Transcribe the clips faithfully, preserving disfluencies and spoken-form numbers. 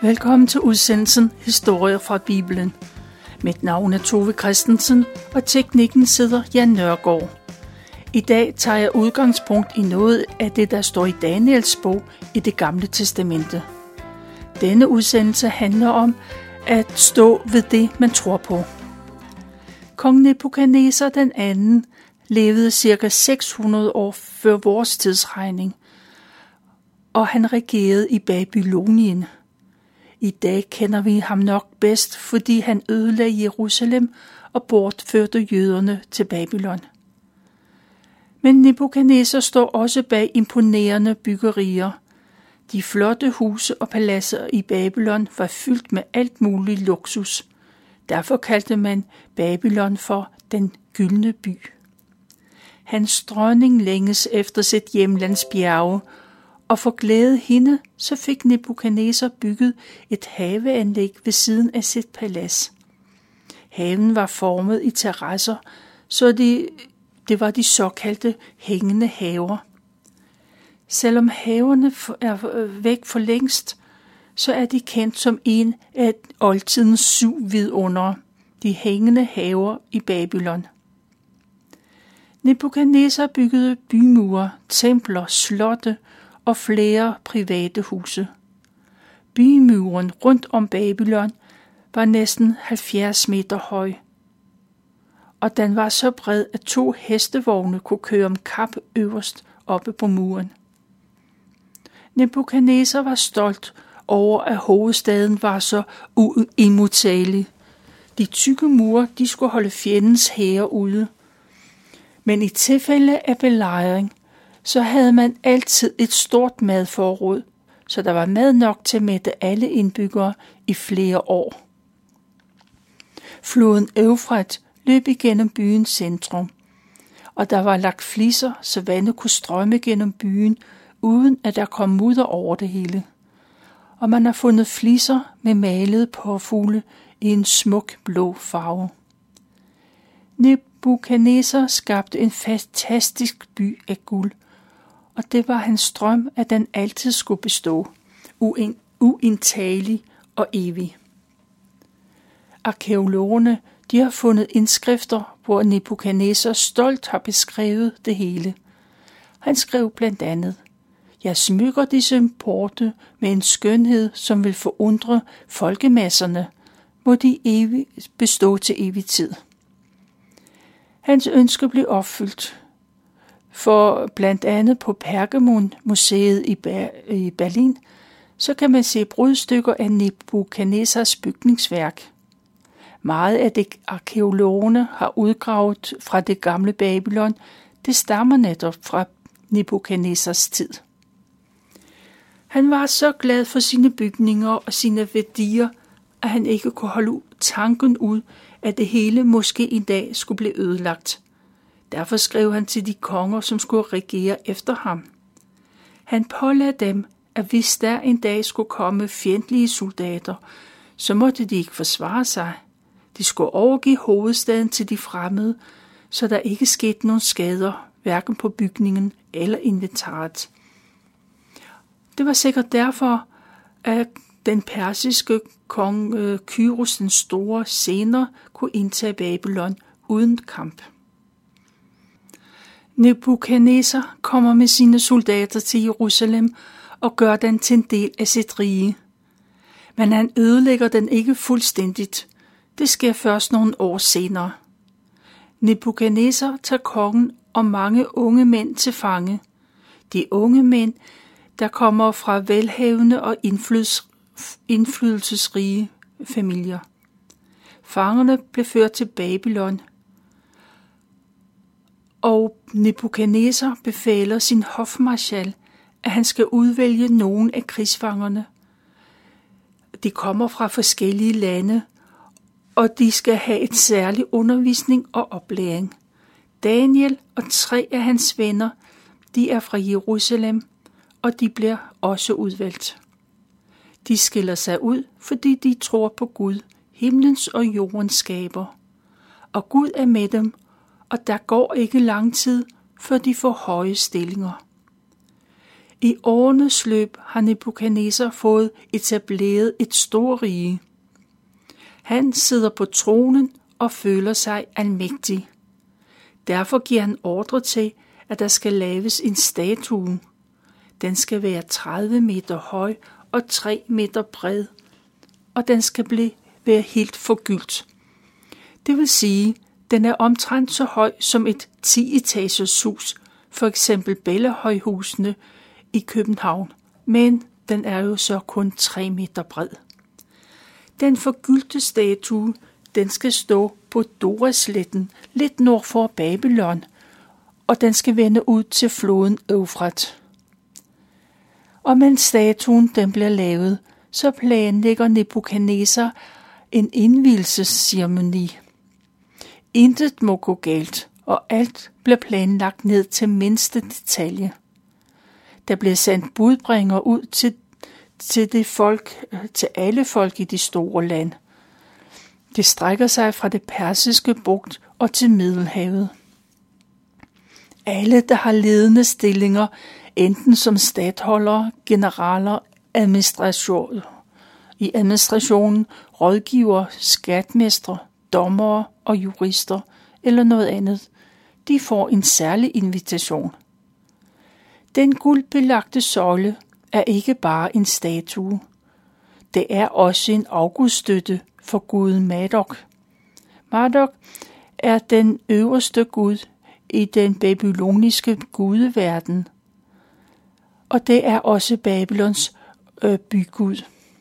Velkommen til udsendelsen Historier fra Bibelen. Mit navn er Tove Christensen, og teknikken sidder Jan Nørgaard. I dag tager jeg udgangspunkt i noget af det, der står i Daniels bog i Det Gamle Testamente. Denne udsendelse handler om at stå ved det, man tror på. Kong Nebukadnesar den anden levede ca. seks hundrede år før vores tidsregning, og han regerede i Babylonien. I dag kender vi ham nok bedst, fordi han ødelagde Jerusalem og bortførte jøderne til Babylon. Men Nebukadnesar står også bag imponerende byggerier. De flotte huse og paladser i Babylon var fyldt med alt mulig luksus. Derfor kaldte man Babylon for den gyldne by. Hans dronning længes efter sit hjemlands bjerge, og for glæde hende, så fik Nebukadnesar bygget et haveanlæg ved siden af sit palads. Haven var formet i terrasser, så det, det var de såkaldte hængende haver. Selvom haverne er væk for længst, så er de kendt som en af oldtidens syv vidundere, de hængende haver i Babylon. Nebukadnesar byggede bymure, templer, slotte og flere private huse. Bymuren rundt om Babylon var næsten halvfjerds meter høj, og den var så bred, at to hestevogne kunne køre om kap øverst oppe på muren. Nebukadnesar var stolt over, at hovedstaden var så uimodtagelig. De tykke mure, de skulle holde fjendens hære ude. Men i tilfælde af belejring, så havde man altid et stort madforråd, så der var mad nok til at mætte alle indbyggere i flere år. Floden Eufrat løb igennem byens centrum, og der var lagt fliser, så vandet kunne strømme gennem byen, uden at der kom mudder over det hele. Og man har fundet fliser med malede påfugle i en smuk blå farve. Nebukadnesar skabte en fantastisk by af guld, og det var hans drøm, at den altid skulle bestå, uindtagelig og evig. Arkæologerne, de har fundet indskrifter, hvor Nebukadnesar stolt har beskrevet det hele. Han skrev blandt andet: Jeg smykker disse porte med en skønhed, som vil forundre folkemasserne, må de evig bestå til evig tid. Hans ønske blev opfyldt, for blandt andet på Pergamon-museet i Berlin, så kan man se brudstykker af Nebukadnesars bygningsværk. Meget af det arkæologerne har udgravet fra det gamle Babylon, det stammer netop fra Nebukadnesars tid. Han var så glad for sine bygninger og sine værdier, at han ikke kunne holde tanken ud, at det hele måske en dag skulle blive ødelagt. Derfor skrev han til de konger, som skulle regere efter ham. Han pålagde dem, at hvis der en dag skulle komme fjendtlige soldater, så måtte de ikke forsvare sig. De skulle overgive hovedstaden til de fremmede, så der ikke skete nogen skader, hverken på bygningen eller inventaret. Det var sikkert derfor, at den persiske kong Kyros den Store senere kunne indtage Babylon uden kamp. Nebukadnesar kommer med sine soldater til Jerusalem og gør den til en del af sit rige. Men han ødelægger den ikke fuldstændigt. Det sker først nogle år senere. Nebukadnesar tager kongen og mange unge mænd til fange. De unge mænd, der kommer fra velhavende og indflydelsesrige familier. Fangerne blev ført til Babylon, og Nebukadnesar befaler sin hofmarskal, at han skal udvælge nogle af krigsfangerne. De kommer fra forskellige lande, og de skal have et særlig undervisning og oplæring. Daniel og tre af hans venner, de er fra Jerusalem, og de bliver også udvalgt. De skiller sig ud, fordi de tror på Gud, himlens og jordens skaber. Og Gud er med dem, og der går ikke lang tid, før de får høje stillinger. I årenes løb har Nebukadnesar fået etableret et stort rige. Han sidder på tronen og føler sig almægtig. Derfor giver han ordre til, at der skal laves en statue. Den skal være tredive meter høj og tre meter bred, og den skal blive, være helt forgyldt. Det vil sige, den er omtrent så høj som et ti-etagers hus, for eksempel Bellahøjhusene i København, men den er jo så kun tre meter bred. Den forgyldte statue, den skal stå på Dorasletten, lidt nord for Babylon, og den skal vende ud til floden Eufrat. Og mens statuen den bliver lavet, så planlægger Nebukadnesar en indvielsesceremoni. Intet må gå galt, og alt bliver planlagt ned til mindste detalje. Der bliver sendt budbringer ud til, til, det folk, til alle folk i det store land. Det strækker sig fra det persiske bugt og til Middelhavet. Alle, der har ledende stillinger, enten som statholdere, generaler, administration, i administrationen, rådgiver, skatmestre, dommere og jurister eller noget andet, de får en særlig invitation. Den guldbelagte søjle er ikke bare en statue. Det er også en afgudstøtte for guden Marduk. Marduk er den øverste gud i den babyloniske gudeverden, og det er også Babylons øh, bygud.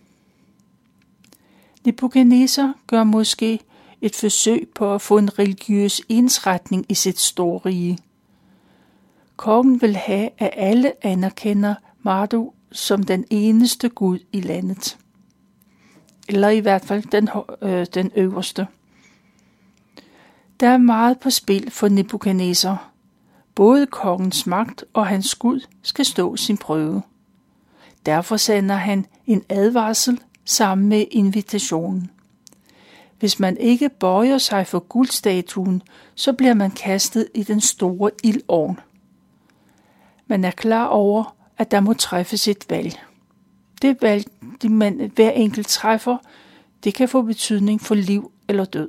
Nebukadnesar gør måske et forsøg på at få en religiøs ensretning i sit store rige. Kongen vil have, at alle anerkender Marduk som den eneste gud i landet. Eller i hvert fald den, øh, den øverste. Der er meget på spil for Nebukadnesar. Både kongens magt og hans gud skal stå sin prøve. Derfor sender han en advarsel sammen med invitationen. Hvis man ikke bøjer sig for guldstatuen, så bliver man kastet i den store ildovn. Man er klar over, at der må træffes et valg. Det valg, det man hver enkelt træffer, det kan få betydning for liv eller død.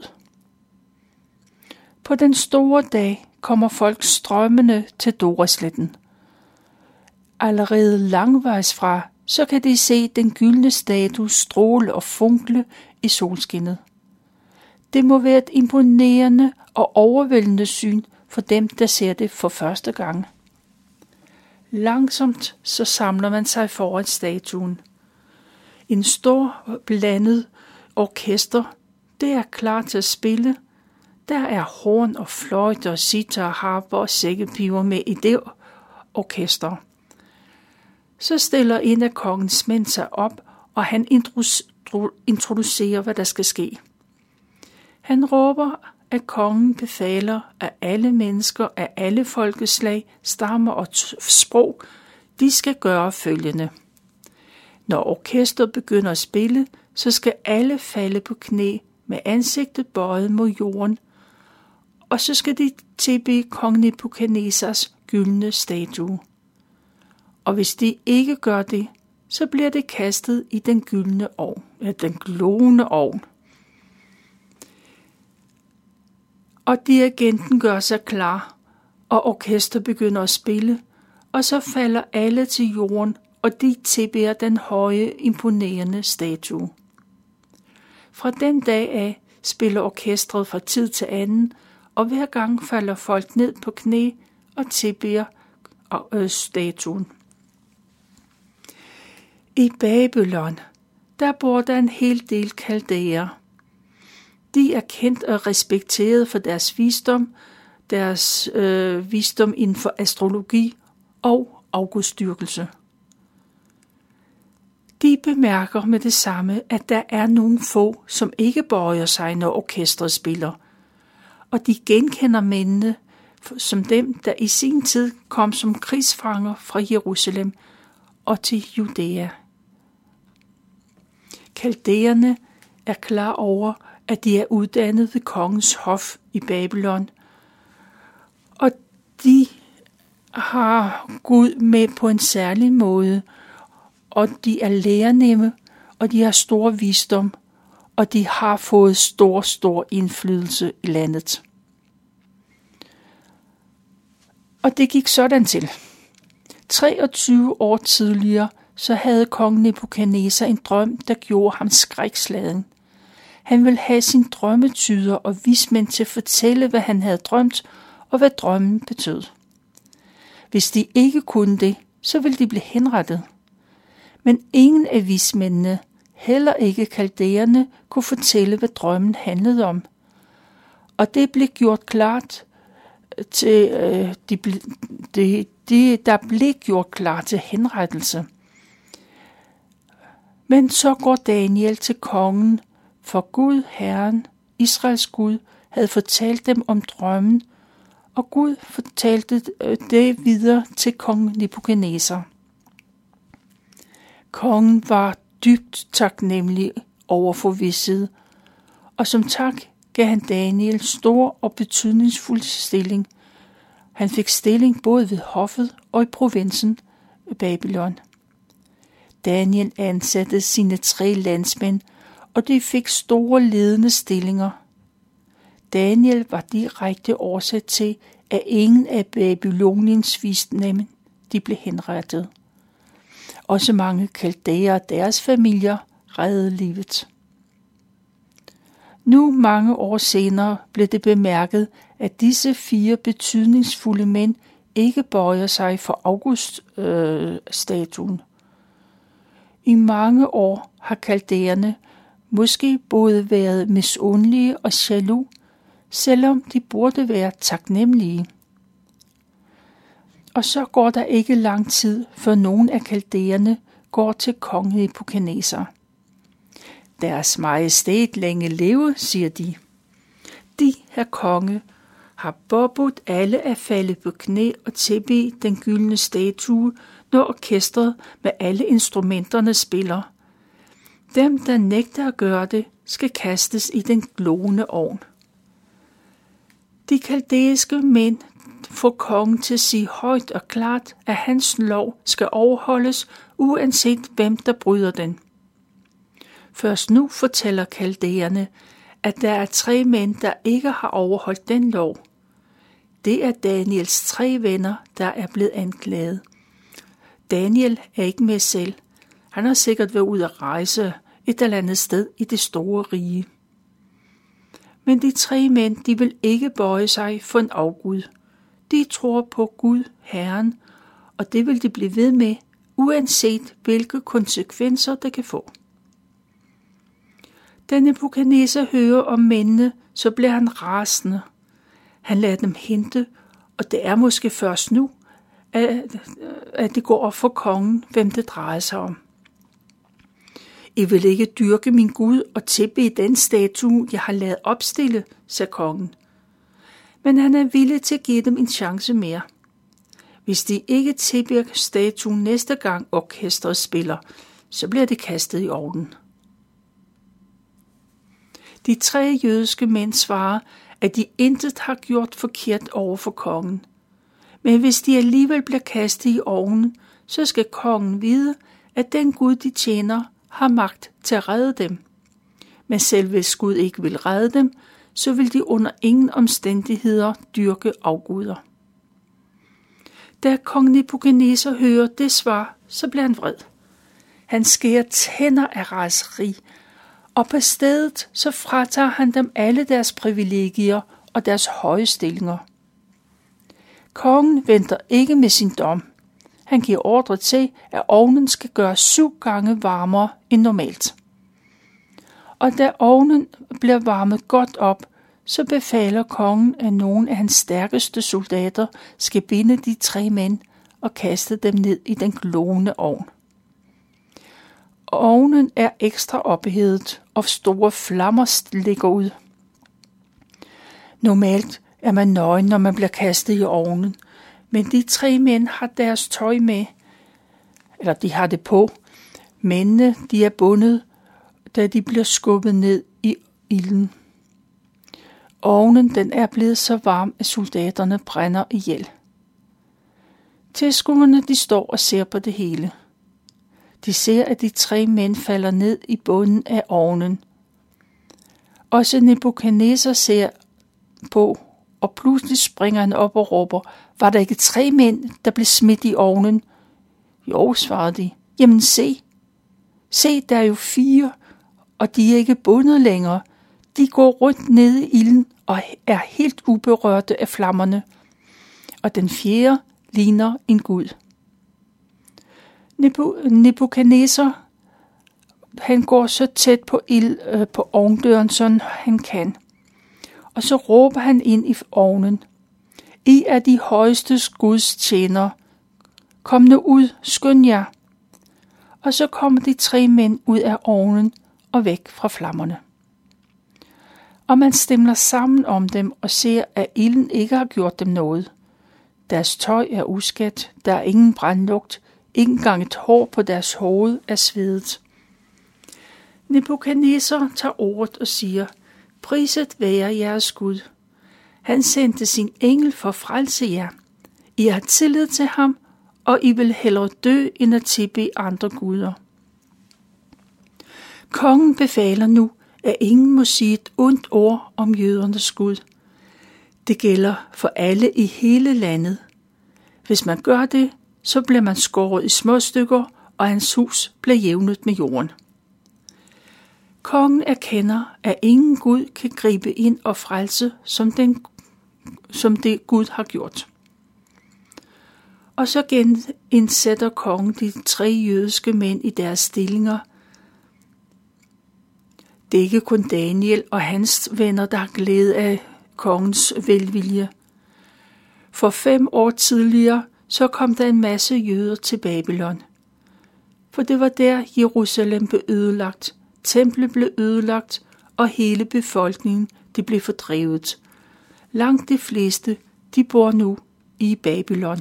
På den store dag kommer folk strømmende til Dorasletten. Allerede langvejs fra, så kan de se den gyldne statue stråle og funkle i solskinnet. Det må være et imponerende og overvældende syn for dem, der ser det for første gang. Langsomt så samler man sig foran statuen. En stor blandet orkester, det er klar til at spille. Der er horn og fløjte og sitar, harper og sækkepiber med i det orkester. Så stiller en af kongens mænd sig op, og han introducerer, hvad der skal ske. Han råber, at kongen befaler, at alle mennesker af alle folkeslag, stammer og sprog, de skal gøre følgende. Når orkestret begynder at spille, så skal alle falde på knæ med ansigtet bøjet mod jorden, og så skal de tilbede kong Nebukadnesars gyldne statue. Og hvis de ikke gør det, så bliver det kastet i den gyldne ovn, ja, den glående ovn. Og dirigenten gør sig klar, og orkestret begynder at spille, og så falder alle til jorden, og de tilbeder den høje, imponerende statue. Fra den dag af spiller orkestret fra tid til anden, og hver gang falder folk ned på knæ og tilbeder øh, statuen. I Babylon, der bor der en hel del kaldæer. De er kendt og respekteret for deres visdom, deres øh, visdom inden for astrologi og afgudstyrkelse. De bemærker med det samme, at der er nogle få, som ikke bøjer sig, når orkestret spiller, og de genkender mændene som dem, der i sin tid kom som krigsfanger fra Jerusalem og til Judæa. Kaldæerne er klar over, at de er uddannet ved kongens hof i Babylon, og de har Gud med på en særlig måde, og de er lærernemme, og de har stor visdom, og de har fået stor, stor indflydelse i landet. Og det gik sådan til. treogtyve år tidligere, så havde kong Nebukadnesar en drøm, der gjorde ham skrækslagen. Han ville have sin drømmetyder og vismænd til at fortælle, hvad han havde drømt, og hvad drømmen betød. Hvis de ikke kunne det, så ville de blive henrettet. Men ingen af vismændene, heller ikke kaldæerne, kunne fortælle, hvad drømmen handlede om. Og det blev gjort klart til, øh, de, de, de, der blev gjort klar til henrettelse. Men så går Daniel til kongen, for Gud, Herren, Israels Gud, havde fortalt dem om drømmen, og Gud fortalte det videre til kong Nebukadnesar. Kongen var dybt taknemmelig over for vished, og som tak gav han Daniel stor og betydningsfuld stilling. Han fik stilling både ved hoffet og i provinsen Babylon. Daniel ansatte sine tre landsmænd, og de fik store ledende stillinger. Daniel var direkte årsag til, at ingen af Babyloniens vismænd de blev henrettet. Også mange kaldæer og deres familier reddede livet. Nu mange år senere blev det bemærket, at disse fire betydningsfulde mænd ikke bøjer sig for August-statuen. Øh, I mange år har kaldæerne måske både været misundelige og jaloux, selvom de burde være taknemmelige. Og så går der ikke lang tid, før nogen af kaldæerne går til kong Nebukadnesar. Deres majestæt længe leve, siger de. De, herr konge, har påbudt alle at falde på knæ og tilbede den gyldne statue, når orkestret med alle instrumenterne spiller. Dem, der nægter at gøre det, skal kastes i den glående ovn. De kaldæiske mænd får kongen til at sige højt og klart, at hans lov skal overholdes, uanset hvem der bryder den. Først nu fortæller kaldæerne, at der er tre mænd, der ikke har overholdt den lov. Det er Daniels tre venner, der er blevet anklaget. Daniel er ikke med selv. Han har sikkert været ude at rejse et eller andet sted i det store rige. Men de tre mænd, de vil ikke bøje sig for en afgud. De tror på Gud, Herren, og det vil de blive ved med, uanset hvilke konsekvenser det kan få. Da Nebukadnesar hører om mændene, så bliver han rasende. Han lader dem hente, og det er måske først nu, at, at det går op for kongen, hvem det drejer sig om. I vil ikke dyrke min Gud og tilbede den statue, jeg har lavet opstille, sagde kongen. Men han er villig til at give dem en chance mere. Hvis de ikke tilbeder statuen næste gang orkestret spiller, så bliver det kastet i ovnen. De tre jødiske mænd svarer, at de intet har gjort forkert over for kongen. Men hvis de alligevel bliver kastet i ovnen, så skal kongen vide, at den Gud, de tjener, har magt til at redde dem. Men selv hvis Gud ikke vil redde dem, så vil de under ingen omstændigheder dyrke afguder. Da kong Nebukadnesar hører det svar, så bliver han vred. Han skærer tænder af raseri, og på stedet så fratager han dem alle deres privilegier og deres høje stillinger. Kongen venter ikke med sin dom. Han giver ordre til, at ovnen skal gøres syv gange varmere end normalt. Og da ovnen bliver varmet godt op, så befaler kongen, at nogle af hans stærkeste soldater skal binde de tre mænd og kaste dem ned i den glående ovn. Ovnen er ekstra ophedet, og store flammer ligger ud. Normalt er man nøgen, når man bliver kastet i ovnen, men de tre mænd har deres tøj med, eller de har det på. Mændene, de er bundet, da de bliver skubbet ned i ilden. Ovnen, den er blevet så varm, at soldaterne brænder ihjel. Tilskuerne de står og ser på det hele. De ser, at de tre mænd falder ned i bunden af ovnen. Også Nebukadnesar ser på, og pludselig springer han op og råber, var der ikke tre mænd, der blev smidt i ovnen? Jo, svarede de. Jamen se. Se, der er jo fire, og de er ikke bundet længere. De går rundt nede i ilden og er helt uberørte af flammerne. Og den fjerde ligner en gud. Nebukadnesar, han går så tæt på ild øh, på ovndøren, som han kan. Og så råber han ind i ovnen. I er de højeste Guds tjenere. Kom nu ud, skynd jer. Og så kommer de tre mænd ud af ovnen og væk fra flammerne. Og man stemler sammen om dem og ser, at ilden ikke har gjort dem noget. Deres tøj er uskadt, der er ingen brandlugt, ikke engang et hår på deres hoved er svedet. Nebukadnesar tager ordet og siger, priset være jeres Gud. Han sendte sin engel for at frelse jer. I har tillid til ham, og I vil hellere dø, end at tilbede andre guder. Kongen befaler nu, at ingen må sige et ondt ord om jødernes Gud. Det gælder for alle i hele landet. Hvis man gør det, så bliver man skåret i små stykker, og hans hus bliver jævnet med jorden. Kongen erkender, at ingen Gud kan gribe ind og frelse, som, den, som det Gud har gjort. Og så genindsætter kongen de tre jødiske mænd i deres stillinger. Det er ikke kun Daniel og hans venner, der har glæde af kongens velvilje. For fem år tidligere, så kom der en masse jøder til Babylon. For det var der, Jerusalem blev ødelagt, templet blev ødelagt, og hele befolkningen, de blev fordrevet. Langt de fleste, de bor nu i Babylon.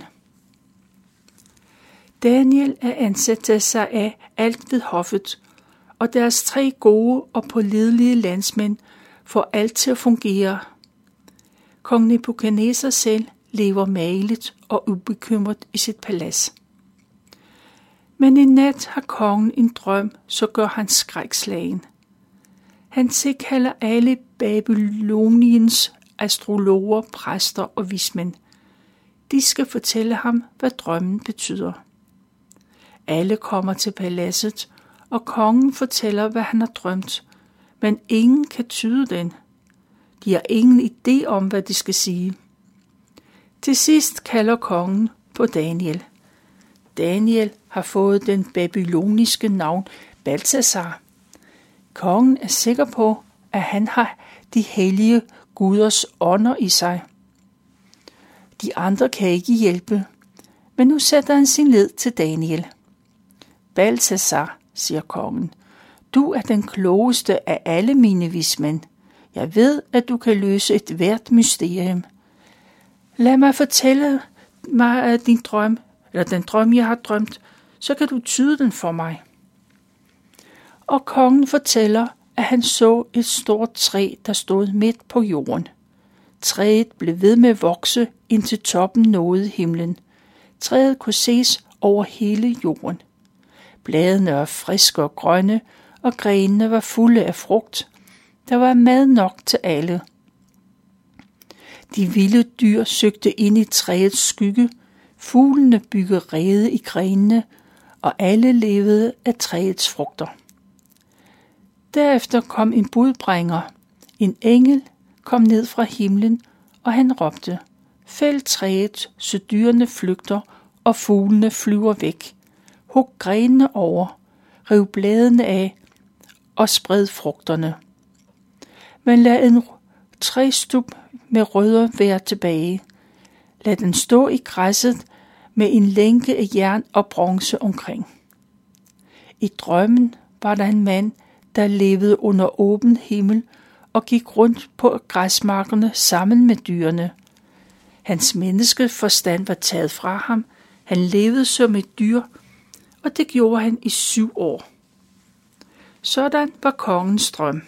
Daniel er ansat til sig af alt ved hoffet, og deres tre gode og pålidelige landsmænd får alt til at fungere. Kong Nebukadnesar selv lever mageligt og ubekymret i sit palads. Men en nat har kongen en drøm, så gør han skrækslagen. Han tilkalder alle Babyloniens astrologer, præster og vismænd. De skal fortælle ham, hvad drømmen betyder. Alle kommer til paladset, og kongen fortæller, hvad han har drømt, men ingen kan tyde den. De har ingen idé om, hvad de skal sige. Til sidst kalder kongen på Daniel. Daniel har fået den babyloniske navn Balthasar. Kongen er sikker på, at han har de hellige guders ånder i sig. De andre kan ikke hjælpe, men nu sætter han sin lid til Daniel. Balthasar, siger kongen, du er den klogeste af alle mine vismænd. Jeg ved, at du kan løse et hvert mysterium. Lad mig fortælle mig af din drøm, eller den drøm, jeg har drømt, så kan du tyde den for mig. Og kongen fortæller, at han så et stort træ, der stod midt på jorden. Træet blev ved med at vokse, indtil toppen nåede himlen. Træet kunne ses over hele jorden. Bladene var friske og grønne, og grenene var fulde af frugt. Der var mad nok til alle. De vilde dyr søgte ind i træets skygge, fuglene byggede rede i grenene, og alle levede af træets frugter. Derefter kom en budbringer. En engel kom ned fra himlen, og han råbte, fæld træet, så dyrene flygter, og fuglene flyver væk. Hug grenene over, riv bladene af, og spred frugterne. Men lad en træstup med rødder være tilbage. Lad den stå i græsset med en lænke af jern og bronze omkring. I drømmen var der en mand, der levede under åben himmel og gik rundt på græsmarkerne sammen med dyrene. Hans menneskeforstand var taget fra ham. Han levede som et dyr, og det gjorde han i syv år. Sådan var kongens drøm.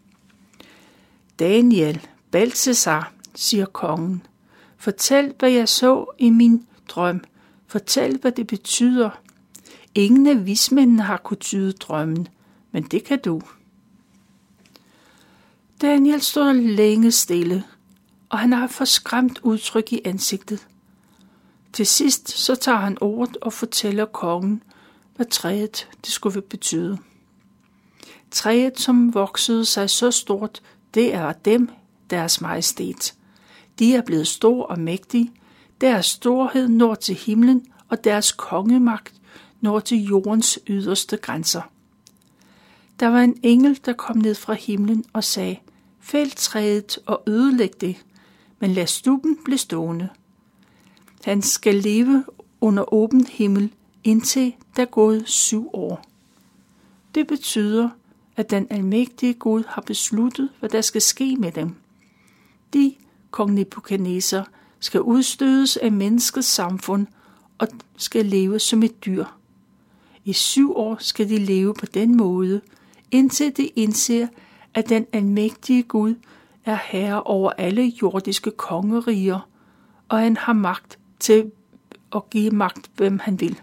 Daniel, Balthasar, siger kongen, fortæl, hvad jeg så i min drøm, Fortæl, hvad det betyder. Ingen af vismændene har kunnet tyde drømmen, men det kan du. Daniel står længe stille, og han har et forskræmt udtryk i ansigtet. Til sidst så tager han ordet og fortæller kongen, hvad træet det skulle betyde. Træet, som voksede sig så stort, det er dem, deres majestæt. De er blevet store og mægtige. Deres storhed når til himlen, og deres kongemagt når til jordens yderste grænser. Der var en engel, der kom ned fra himlen og sagde, fæld træet og ødelæg det, men lad stubben blive stående. Han skal leve under åben himmel, indtil der er gået syv år. Det betyder, at den almægtige Gud har besluttet, hvad der skal ske med dem. De, kong Nebukadnesar, skal udstødes af menneskets samfund og skal leve som et dyr. I syv år skal de leve på den måde, indtil de indser, at den almægtige Gud er herre over alle jordiske kongeriger, og han har magt til at give magt, hvem han vil.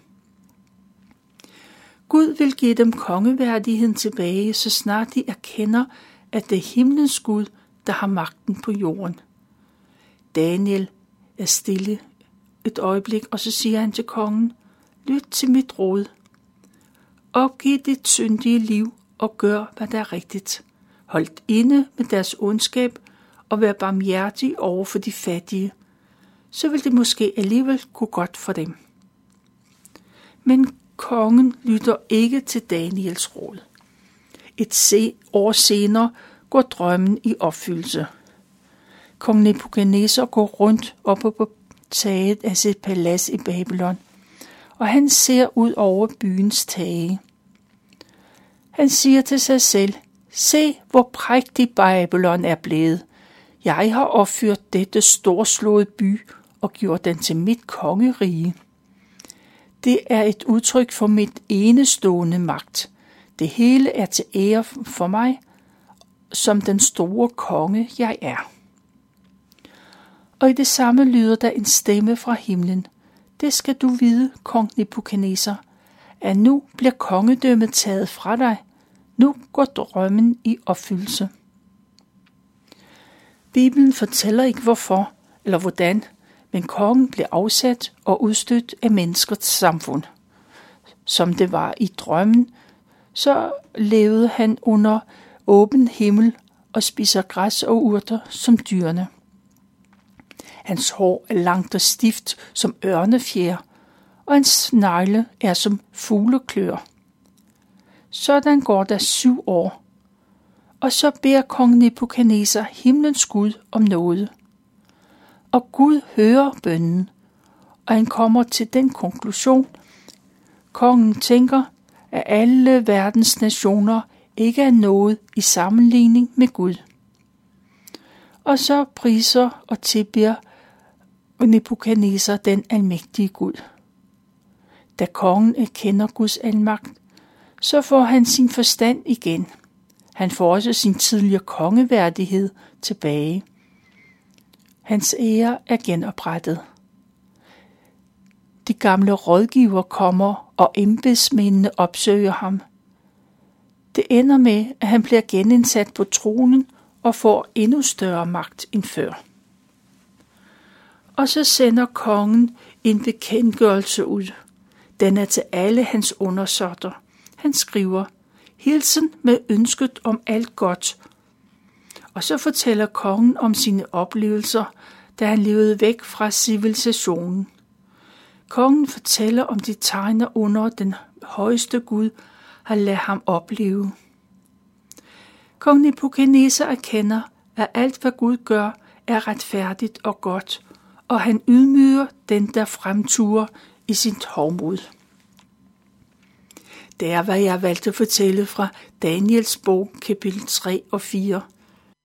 Gud vil give dem kongeværdigheden tilbage, så snart de erkender, at det er himlens Gud, der har magten på jorden. Daniel er stille et øjeblik, og så siger han til kongen, lyt til mit råd. Opgiv dit syndige liv og gør, hvad der er rigtigt. Hold inde med deres ondskab og vær barmhjertig over for de fattige. Så vil det måske alligevel gå godt for dem. Men kongen lytter ikke til Daniels råd. Et se år senere går drømmen i opfyldelse. Kong Nebukadnesar går rundt oppe på taget af sit palads i Babylon, og han ser ud over byens tage. Han siger til sig selv, se hvor prægtig Babylon er blevet. Jeg har opført dette storslåede by og gjort den til mit kongerige. Det er et udtryk for mit enestående magt. Det hele er til ære for mig, som den store konge jeg er. Og i det samme lyder der en stemme fra himlen. Det skal du vide, kong Nebukadnesar, at nu bliver kongedømmet taget fra dig. Nu går drømmen i opfyldelse. Bibelen fortæller ikke hvorfor eller hvordan, men kongen blev afsat og udstødt af menneskets samfund. Som det var i drømmen, så levede han under åben himmel og spiser græs og urter som dyrene. Hans hår er langt og stift som ørnefjer, og hans negle er som fugleklør. Sådan går der syv år, og så beder kong Nebukadnesar himlens Gud om noget. Og Gud hører bønnen, og han kommer til den konklusion. Kongen tænker, at alle verdens nationer ikke er noget i sammenligning med Gud. Og så priser og tilbeder Nebukadnesar den almægtige Gud. Da kongen erkender Guds almagt, så får han sin forstand igen. Han får også sin tidligere kongeværdighed tilbage. Hans ære er genoprettet. De gamle rådgiver kommer, og embedsmændene opsøger ham. Det ender med, at han bliver genindsat på tronen og får endnu større magt end før. Og så sender kongen en bekendtgørelse ud. Den er til alle hans undersåtter. Han skriver, hilsen med ønsket om alt godt. Og så fortæller kongen om sine oplevelser, da han levede væk fra civilisationen. Kongen fortæller om de tegner under den højeste Gud har ladet ham opleve. Kong Nebukadnesar erkender, at alt hvad Gud gør er retfærdigt og godt, og han ydmyger den, der fremturer i sin hovmod. Det er, hvad jeg valgte at fortælle fra Daniels bog, kapitel tre og fire.